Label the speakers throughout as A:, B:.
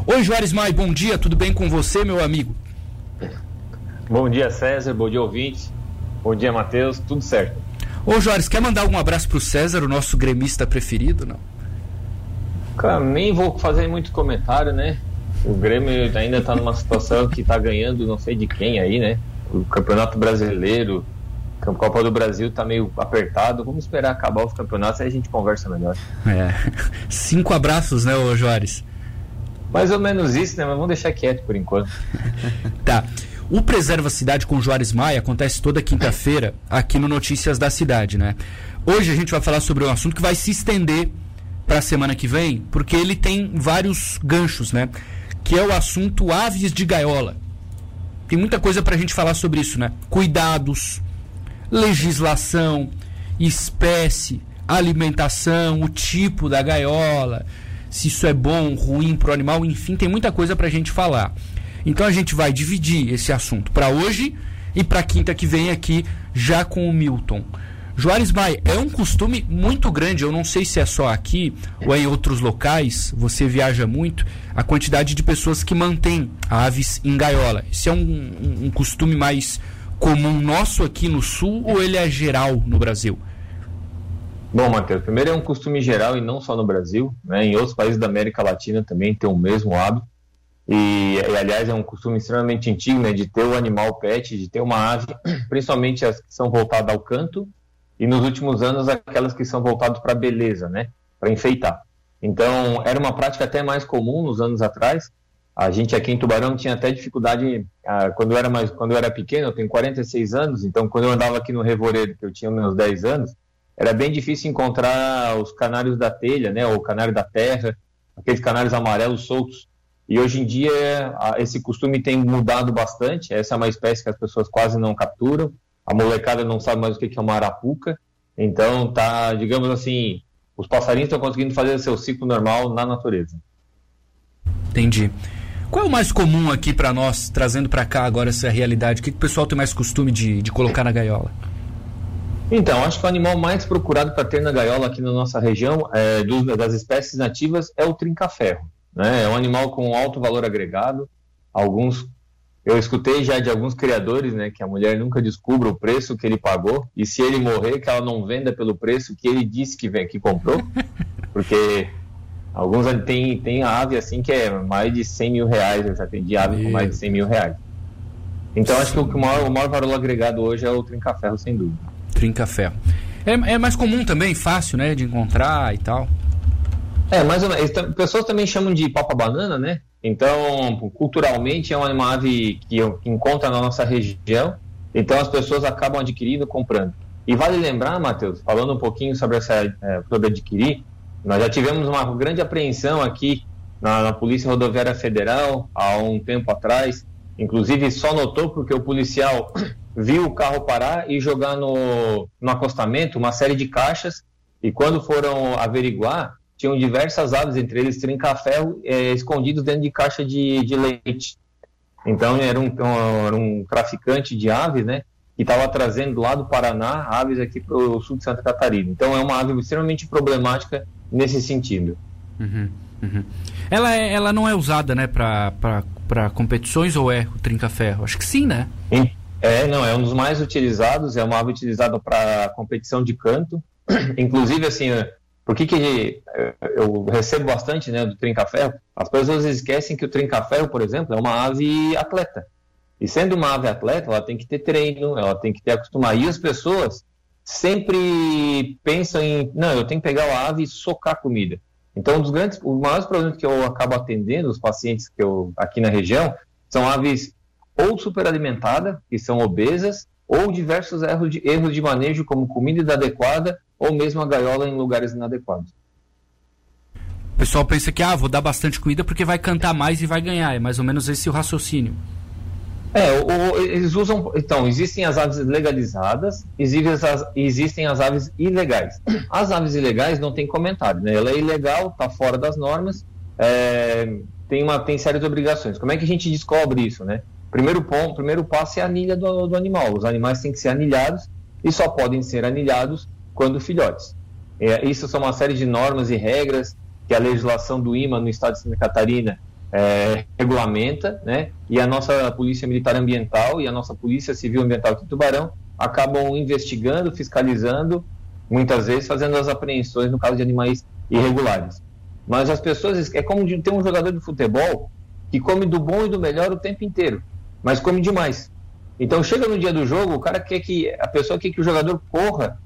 A: Oi, Juarez Maia, bom dia, tudo bem com você, meu amigo?
B: Bom dia, César, bom dia, ouvintes. Bom dia, Matheus, tudo certo.
A: Ô, Juarez, quer mandar algum abraço pro César, o nosso gremista preferido, não?
B: Cara, nem vou fazer muito comentário, né? O Grêmio ainda tá numa situação que tá ganhando não sei de quem aí, né? O Campeonato Brasileiro, a Copa do Brasil tá meio apertado. Vamos esperar acabar os campeonatos, aí a gente conversa melhor.
A: 5 abraços, né, ô Juarez?
B: Mais ou menos isso, né? Mas vamos deixar quieto por enquanto.
A: Tá. O Preserva Cidade com Juarez Maia acontece toda quinta-feira aqui no Notícias da Cidade, né? Hoje a gente vai falar sobre um assunto que vai se estender para a semana que vem, porque ele tem vários ganchos, né? Que é o assunto aves de gaiola. Tem muita coisa pra gente falar sobre isso, né? Cuidados, legislação, espécie, alimentação, o tipo da gaiola, se isso é bom, ruim pro animal, enfim, tem muita coisa pra gente falar. Então a gente vai dividir esse assunto para hoje e para quinta que vem aqui, já com o Milton. Juarez Maia, é um costume muito grande, eu não sei se é só aqui ou em outros locais, você viaja muito, a quantidade de pessoas que mantêm aves em gaiola. Isso é um costume mais comum nosso aqui no Sul ou ele é geral no Brasil?
B: Bom, Matheus, primeiro é um costume geral e não só no Brasil, né? Em outros países da América Latina também tem o mesmo hábito. E aliás, é um costume extremamente antigo, né, de ter o animal pet, de ter uma ave, principalmente as que são voltadas ao canto, e nos últimos anos aquelas que são voltadas para beleza, né, para enfeitar. Então, era uma prática até mais comum nos anos atrás. A gente aqui em Tubarão tinha até dificuldade, quando eu era pequeno, eu tenho 46 anos, então quando eu andava aqui no Revoredo, que eu tinha meus 10 anos, era bem difícil encontrar os canários da telha, né, ou o canário da terra, aqueles canários amarelos soltos. E hoje em dia esse costume tem mudado bastante. Essa é uma espécie que as pessoas quase não capturam. A molecada não sabe mais o que é uma arapuca. Então tá, digamos assim, os passarinhos estão conseguindo fazer o seu ciclo normal na natureza.
A: Entendi. Qual é o mais comum aqui para nós, trazendo para cá agora essa realidade? O que o pessoal tem mais costume de colocar na gaiola?
B: Então, acho que o animal mais procurado para ter na gaiola aqui na nossa região, das espécies nativas, é o trinca-ferro. Né? É um animal com alto valor agregado. Eu escutei já de alguns criadores, né, que a mulher nunca descubra o preço que ele pagou, e se ele morrer, que ela não venda pelo preço que ele disse que comprou, porque alguns tem a ave assim que é mais de 100 mil reais, eu já atendi ave com mais de 100 mil reais. Então acho que o maior valor agregado hoje é o trinca-ferro, sem dúvida.
A: Trinca-ferro. É mais comum também, fácil, né, de encontrar e tal.
B: Mais ou menos. Pessoas também chamam de papa-banana, né? Então, culturalmente, é uma ave que encontra na nossa região. Então, as pessoas acabam adquirindo, comprando. E vale lembrar, Matheus, falando um pouquinho sobre sobre adquirir, nós já tivemos uma grande apreensão aqui na Polícia Rodoviária Federal há um tempo atrás. Inclusive, só notou porque o policial viu o carro parar e jogar no acostamento uma série de caixas. E quando foram averiguar, tinham diversas aves, entre eles trinca-ferro, escondidos dentro de caixa de leite. Então era um traficante de aves, né, que estava trazendo lá do Paraná aves aqui para o sul de Santa Catarina. Então é uma ave extremamente problemática nesse sentido.
A: Uhum. Ela não é usada, né, para competições, ou é o trinca-ferro? Acho que sim, né?
B: Não, é um dos mais utilizados, é uma ave utilizada para competição de canto. Inclusive, assim, por que eu recebo bastante, né, do trinca-ferro? As pessoas esquecem que o trinca-ferro, por exemplo, é uma ave atleta. E sendo uma ave atleta, ela tem que ter treino, ela tem que ter acostumar. E as pessoas sempre pensam não, eu tenho que pegar a ave e socar a comida. Então, os maiores problemas que eu acabo atendendo, os pacientes aqui na região, são aves ou superalimentadas, que são obesas, ou diversos erros de manejo, como comida inadequada, ou mesmo a gaiola em lugares inadequados.
A: O pessoal pensa que vou dar bastante comida porque vai cantar mais e vai ganhar. É mais ou menos esse o raciocínio.
B: Eles usam... Então, existem as aves legalizadas, existem as aves ilegais. As aves ilegais não tem comentário, né? Ela é ilegal, está fora das normas, tem sérias obrigações. Como é que a gente descobre isso, né? Primeiro passo é a anilha do animal. Os animais têm que ser anilhados e só podem ser anilhados quando filhotes. Isso são uma série de normas e regras que a legislação do IMA no estado de Santa Catarina regulamenta, né? E a nossa Polícia Militar Ambiental e a nossa Polícia Civil Ambiental aqui em Tubarão acabam investigando, fiscalizando, muitas vezes fazendo as apreensões no caso de animais irregulares. Mas as pessoas, é como ter um jogador de futebol que come do bom e do melhor o tempo inteiro, mas come demais. Então chega no dia do jogo, o cara a pessoa quer que o jogador corra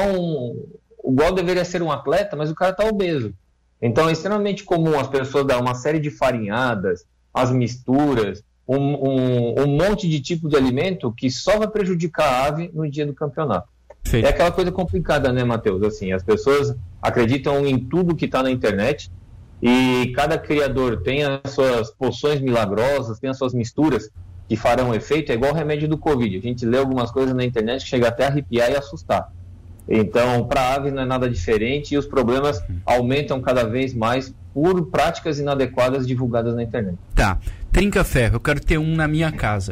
B: igual deveria ser um atleta, mas o cara está obeso. Então é extremamente comum as pessoas dar uma série de farinhadas, as misturas, um monte de tipo de alimento que só vai prejudicar a ave no dia do campeonato. Sim. É aquela coisa complicada, né, Matheus? Assim, as pessoas acreditam em tudo que está na internet e cada criador tem as suas poções milagrosas, tem as suas misturas que farão efeito. É igual o remédio do Covid. A gente lê algumas coisas na internet que chega até a arrepiar e assustar. Então, para a ave não é nada diferente e os problemas aumentam cada vez mais por práticas inadequadas divulgadas na internet.
A: Tá. Trinca-ferro, eu quero ter um na minha casa.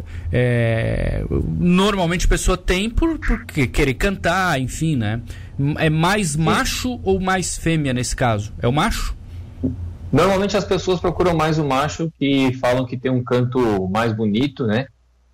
A: Normalmente a pessoa tem por querer cantar, enfim, né? É mais macho ou mais fêmea nesse caso? É o macho?
B: Normalmente as pessoas procuram mais o macho, que falam que tem um canto mais bonito, né?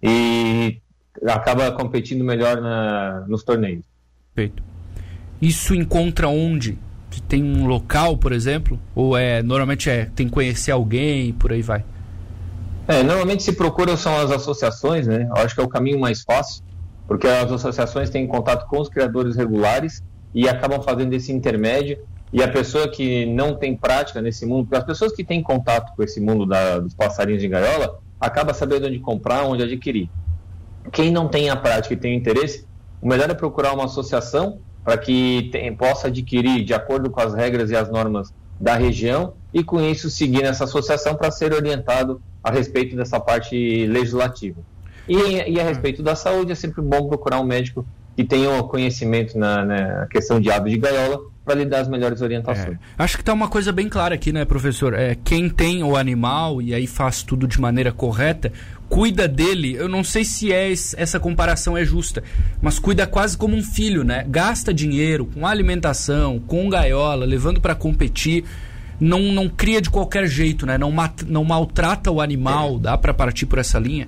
B: E acaba competindo melhor nos torneios.
A: Perfeito. Isso encontra onde? Tem um local, por exemplo? Ou normalmente tem que conhecer alguém, por aí vai?
B: Normalmente se procura são as associações, né? Eu acho que é o caminho mais fácil, porque as associações têm contato com os criadores regulares e acabam fazendo esse intermédio, e a pessoa que não tem prática nesse mundo, porque as pessoas que têm contato com esse mundo dos passarinhos de gaiola, acaba sabendo onde comprar, onde adquirir. Quem não tem a prática e tem interesse, o melhor é procurar uma associação para que possa adquirir de acordo com as regras e as normas da região e com isso seguir nessa associação para ser orientado a respeito dessa parte legislativa. E a respeito da saúde, é sempre bom procurar um médico que tenha conhecimento na questão de aves de gaiola para lhe dar as melhores orientações.
A: Acho que está uma coisa bem clara aqui, né, professor? Quem tem o animal e aí faz tudo de maneira correta, cuida dele. Eu não sei se essa comparação é justa, mas cuida quase como um filho, né? Gasta dinheiro com alimentação, com gaiola, levando para competir. Não cria de qualquer jeito, né? Não maltrata o animal. Dá para partir por essa linha?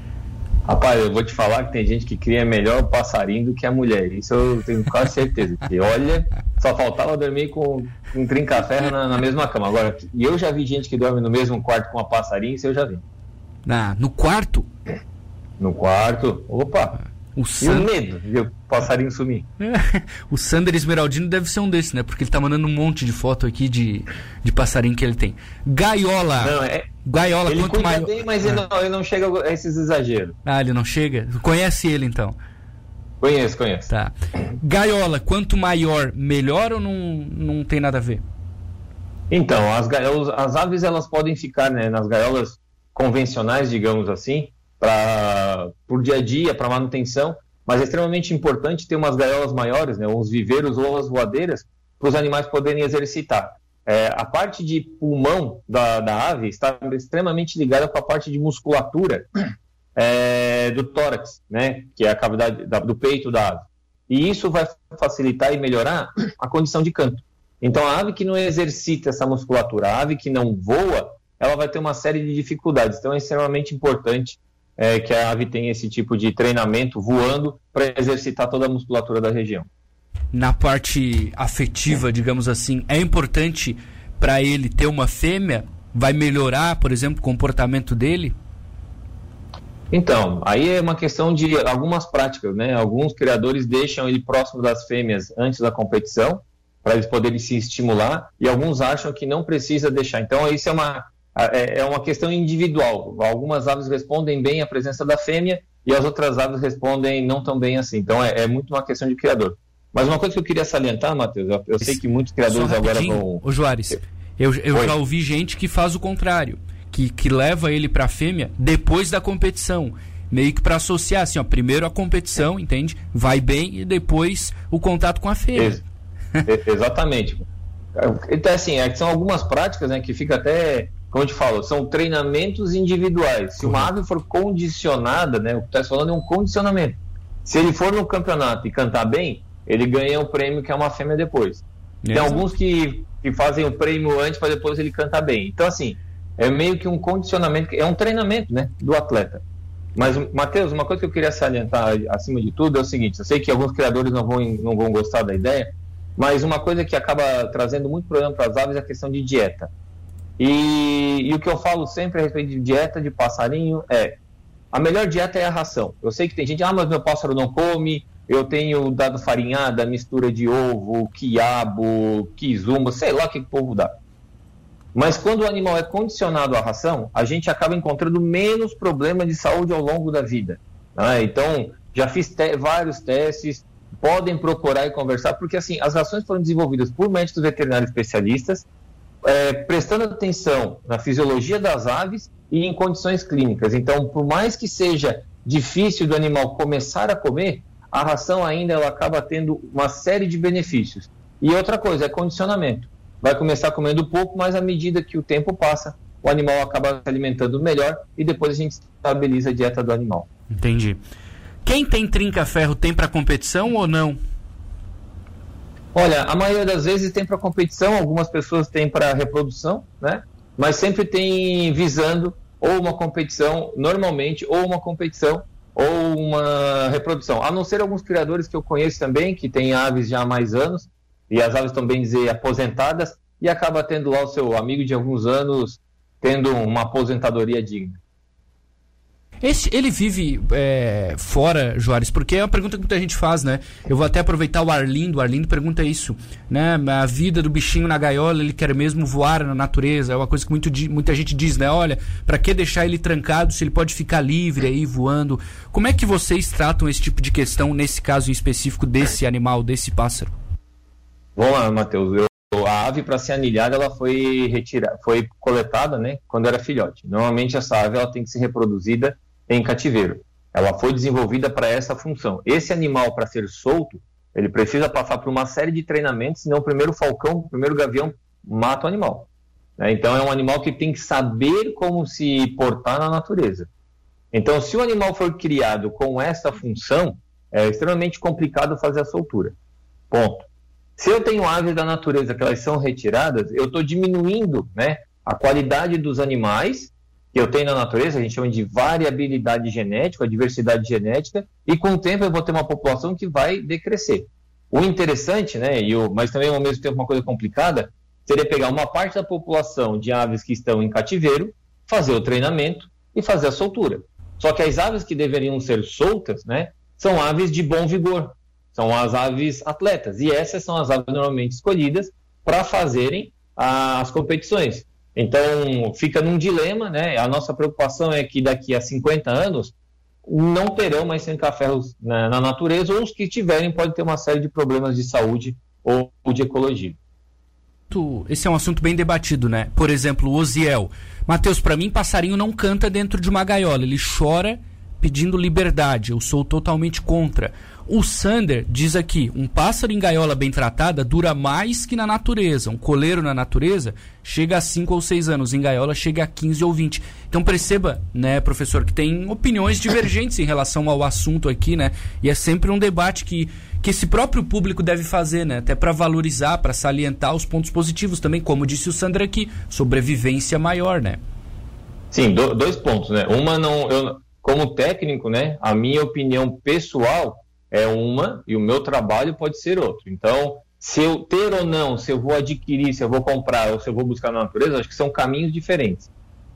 B: Rapaz, eu vou te falar que tem gente que cria melhor o passarinho do que a mulher. Isso eu tenho quase certeza. Que olha, só faltava dormir com um trinca-ferro na mesma cama. Agora, e eu já vi gente que dorme no mesmo quarto com a passarinho, isso eu já vi.
A: No quarto?
B: No quarto. Opa! E o medo de o passarinho sumir.
A: O Sander Esmeraldino deve ser um desses, né? Porque ele tá mandando um monte de foto aqui de passarinho que ele tem. Gaiola. Gaiola,
B: ele
A: quanto maior.
B: Bem, mas ele não chega a esses exageros.
A: Ele não chega? Conhece ele, então?
B: Conheço.
A: Tá. Gaiola, quanto maior, melhor ou não tem nada a ver?
B: Então, as aves elas podem ficar, né, nas gaiolas convencionais, digamos assim, por dia a dia, para manutenção, mas é extremamente importante ter umas gaiolas maiores, né, uns viveiros ou as voadeiras, para os animais poderem exercitar. A parte de pulmão da ave está extremamente ligada com a parte de musculatura do tórax, né, que é a cavidade do peito da ave. E isso vai facilitar e melhorar a condição de canto. Então, a ave que não exercita essa musculatura, a ave que não voa, ela vai ter uma série de dificuldades. Então, é extremamente importante que a ave tenha esse tipo de treinamento voando para exercitar toda a musculatura da região.
A: Na parte afetiva, digamos assim, é importante para ele ter uma fêmea? Vai melhorar, por exemplo, o comportamento dele?
B: Então, aí é uma questão de algumas práticas, né? Alguns criadores deixam ele próximo das fêmeas antes da competição, para eles poderem se estimular, e alguns acham que não precisa deixar. Então, isso é uma questão individual. Algumas aves respondem bem à presença da fêmea e as outras aves respondem não tão bem assim. Então, é muito uma questão de criador. Mas uma coisa que eu queria salientar, Matheus, eu sei que muitos criadores agora vão...
A: Ô Juarez, eu já ouvi gente que faz o contrário, que leva ele para a fêmea depois da competição, meio que para associar, assim, primeiro a competição, entende? Vai bem e depois o contato com a fêmea.
B: Exatamente. Então, assim, são algumas práticas, né, que fica até, como eu te falo, são treinamentos individuais. Se uma ave for condicionada, né, o que tu está falando é um condicionamento. Se ele for no campeonato e cantar bem, ele ganha o prêmio que é uma fêmea depois. Tem alguns que fazem o prêmio antes para depois ele cantar bem. Então, assim, é meio que um condicionamento, é um treinamento, né, do atleta. Mas, Matheus, uma coisa que eu queria salientar acima de tudo é o seguinte: eu sei que alguns criadores não vão gostar da ideia, mas uma coisa que acaba trazendo muito problema para as aves é a questão de dieta. E o que eu falo sempre a respeito de dieta de passarinho é: a melhor dieta é a ração. Eu sei que tem gente, mas meu pássaro não come, eu tenho dado farinhada, mistura de ovo, quiabo, quizumba, sei lá o que o povo dá. Mas quando o animal é condicionado à ração, a gente acaba encontrando menos problemas de saúde ao longo da vida. Né? Então, já fiz vários testes, podem procurar e conversar, porque assim, as rações foram desenvolvidas por médicos veterinários especialistas, prestando atenção na fisiologia das aves e em condições clínicas. Então, por mais que seja difícil do animal começar a comer, a ração ainda ela acaba tendo uma série de benefícios. E outra coisa, é condicionamento. Vai começar comendo pouco, mas à medida que o tempo passa, o animal acaba se alimentando melhor e depois a gente estabiliza a dieta do animal.
A: Entendi. Quem tem trinca-ferro tem para competição ou não?
B: Olha, a maioria das vezes tem para competição, algumas pessoas têm para reprodução, né? Mas sempre tem visando ou uma competição, normalmente, ou uma competição ou uma reprodução. A não ser alguns criadores que eu conheço também, que têm aves já há mais anos, e as aves estão, bem dizer, aposentadas, e acaba tendo lá o seu amigo de alguns anos tendo uma aposentadoria digna.
A: Ele vive fora, Juarez, porque é uma pergunta que muita gente faz, né? Eu vou até aproveitar o Arlindo pergunta isso, né? A vida do bichinho na gaiola, ele quer mesmo voar na natureza, é uma coisa que muita gente diz, né? Olha, pra que deixar ele trancado se ele pode ficar livre aí, voando? Como é que vocês tratam esse tipo de questão, nesse caso em específico, desse animal, desse pássaro?
B: Vamos lá, Matheus. A ave, para ser anilhada, ela foi coletada, né, quando era filhote. Normalmente essa ave ela tem que ser reproduzida em cativeiro. Ela foi desenvolvida para essa função. Esse animal, para ser solto, ele precisa passar por uma série de treinamentos, senão o primeiro falcão, o primeiro gavião mata o animal. Então é um animal que tem que saber como se portar na natureza. Então, se o animal for criado com essa função, é extremamente complicado fazer a soltura. Ponto. Se eu tenho aves da natureza que elas são retiradas, eu estou diminuindo, né, a qualidade dos animais que eu tenho na natureza, a gente chama de variabilidade genética, a diversidade genética, e com o tempo eu vou ter uma população que vai decrescer. O interessante, né, mas também ao mesmo tempo uma coisa complicada, seria pegar uma parte da população de aves que estão em cativeiro, fazer o treinamento e fazer a soltura. Só que as aves que deveriam ser soltas, né, são aves de bom vigor. São as aves atletas, e essas são as aves normalmente escolhidas para fazerem as competições. Então, fica num dilema, né? A nossa preocupação é que daqui a 50 anos não terão mais trinca-ferros na natureza, ou os que tiverem podem ter uma série de problemas de saúde ou de ecologia.
A: Esse é um assunto bem debatido, né? Por exemplo, o Oziel. Matheus, para mim, passarinho não canta dentro de uma gaiola, ele chora pedindo liberdade, eu sou totalmente contra. O Sander diz aqui, um pássaro em gaiola bem tratada dura mais que na natureza. Um coleiro na natureza chega a 5 ou 6 anos, em gaiola chega a 15 ou 20. Então perceba, né, professor, que tem opiniões divergentes em relação ao assunto aqui, né? E é sempre um debate que esse próprio público deve fazer, né? Até para valorizar, para salientar os pontos positivos também, como disse o Sander aqui, sobrevivência maior, né?
B: Sim, dois pontos, né? Como técnico, né, a minha opinião pessoal é uma e o meu trabalho pode ser outro. Então, se eu ter ou não, se eu vou adquirir, se eu vou comprar ou se eu vou buscar na natureza, acho que são caminhos diferentes.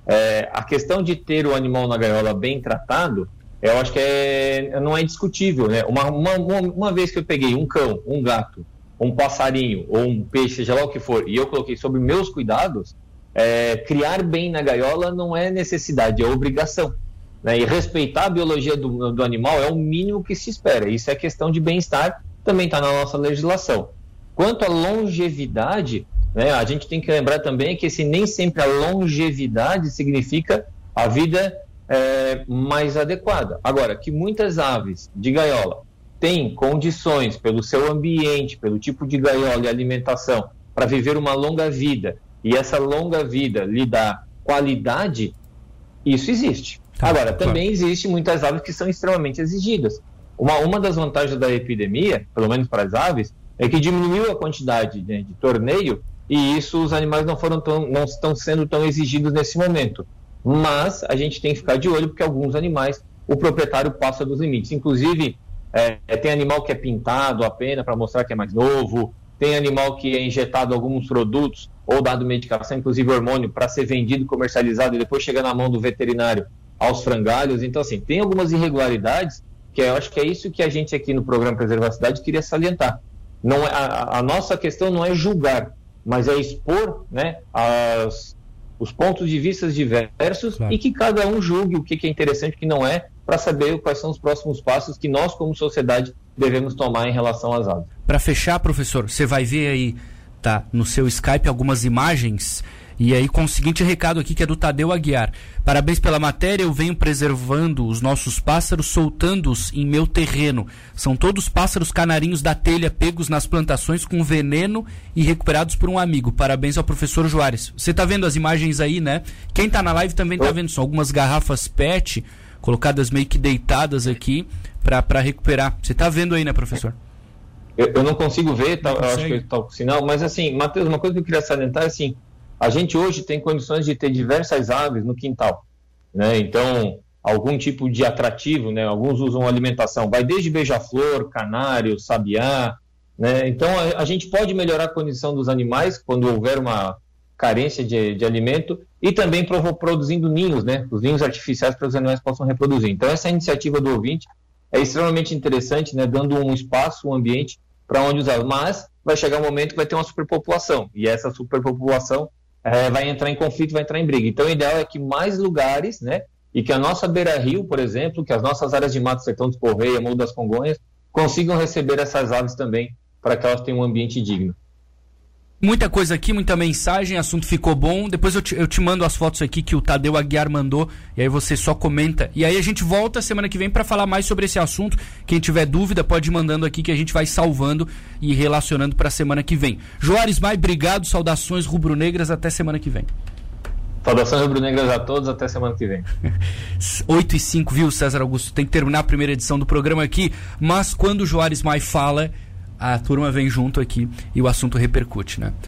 B: A questão de ter o animal na gaiola bem tratado, eu acho que não é discutível, né? Uma vez que eu peguei um cão, um gato, um passarinho ou um peixe, seja lá o que for, e eu coloquei sob meus cuidados, criar bem na gaiola não é necessidade, é obrigação. Né, e respeitar a biologia do animal é o mínimo que se espera. Isso é questão de bem-estar, também está na nossa legislação. Quanto à longevidade, né, a gente tem que lembrar também que nem sempre a longevidade significa a vida mais adequada. Agora, que muitas aves de gaiola têm condições, pelo seu ambiente, pelo tipo de gaiola e alimentação, para viver uma longa vida, e essa longa vida lhe dá qualidade, isso existe. Agora, também existe muitas aves que são extremamente exigidas. Uma das vantagens da epidemia, pelo menos para as aves, é que diminuiu a quantidade, né, de torneio e isso os animais não estão sendo tão exigidos nesse momento. Mas a gente tem que ficar de olho, porque alguns animais o proprietário passa dos limites. Inclusive, tem animal que é pintado a pena para mostrar que é mais novo, tem animal que é injetado alguns produtos ou dado medicação, inclusive hormônio, para ser vendido, comercializado e depois chegar na mão do veterinário aos frangalhos. Então, assim, tem algumas irregularidades que eu acho que é isso que a gente aqui no programa Preservar a Cidade queria salientar. Não é, a nossa questão não é julgar, mas é expor, né, os pontos de vista diversos, claro, e que cada um julgue o que é interessante e o que não é, para saber quais são os próximos passos que nós, como sociedade, devemos tomar em relação às aves.
A: Para fechar, professor, você vai ver aí, tá, no seu Skype algumas imagens, e aí com o seguinte recado aqui, que é do Tadeu Aguiar. Parabéns pela matéria, eu venho preservando os nossos pássaros, soltando-os em meu terreno. São todos pássaros canarinhos da telha, pegos nas plantações com veneno e recuperados por um amigo. Parabéns ao professor Juarez. Você tá vendo as imagens aí, né? Quem tá na live também tá vendo, são algumas garrafas PET, colocadas meio que deitadas aqui, para recuperar. Você tá vendo aí, né, professor?
B: Eu não consigo ver, eu acho que está com sinal, mas assim, Matheus, uma coisa que eu queria salientar é assim, a gente hoje tem condições de ter diversas aves no quintal, né? Então, algum tipo de atrativo, né? Alguns usam alimentação, vai desde beija-flor, canário, sabiá, né? Então, a gente pode melhorar a condição dos animais quando houver uma carência de alimento e também produzindo ninhos, né? Os ninhos artificiais para que os animais possam reproduzir. Então, essa iniciativa do ouvinte é extremamente interessante, né? Dando um espaço, um ambiente para onde usar. Mas vai chegar um momento que vai ter uma superpopulação, e essa superpopulação vai entrar em conflito, vai entrar em briga. Então, o ideal é que mais lugares, né, e que a nossa beira-rio, por exemplo, que as nossas áreas de Mato Sertão dos Correia, Morro das Congonhas, consigam receber essas aves também, para que elas tenham um ambiente digno.
A: Muita coisa aqui, muita mensagem, assunto ficou bom. Depois eu te mando as fotos aqui que o Tadeu Aguiar mandou, e aí você só comenta. E aí a gente volta semana que vem para falar mais sobre esse assunto. Quem tiver dúvida pode ir mandando aqui que a gente vai salvando e relacionando para a semana que vem. Juarez Maia, obrigado, saudações rubro-negras, até semana que vem.
B: Saudações rubro-negras a todos, até semana que vem.
A: 8h05, viu, César Augusto? Tem que terminar a primeira edição do programa aqui, mas quando o Juarez Maia fala, a turma vem junto aqui e o assunto repercute, né?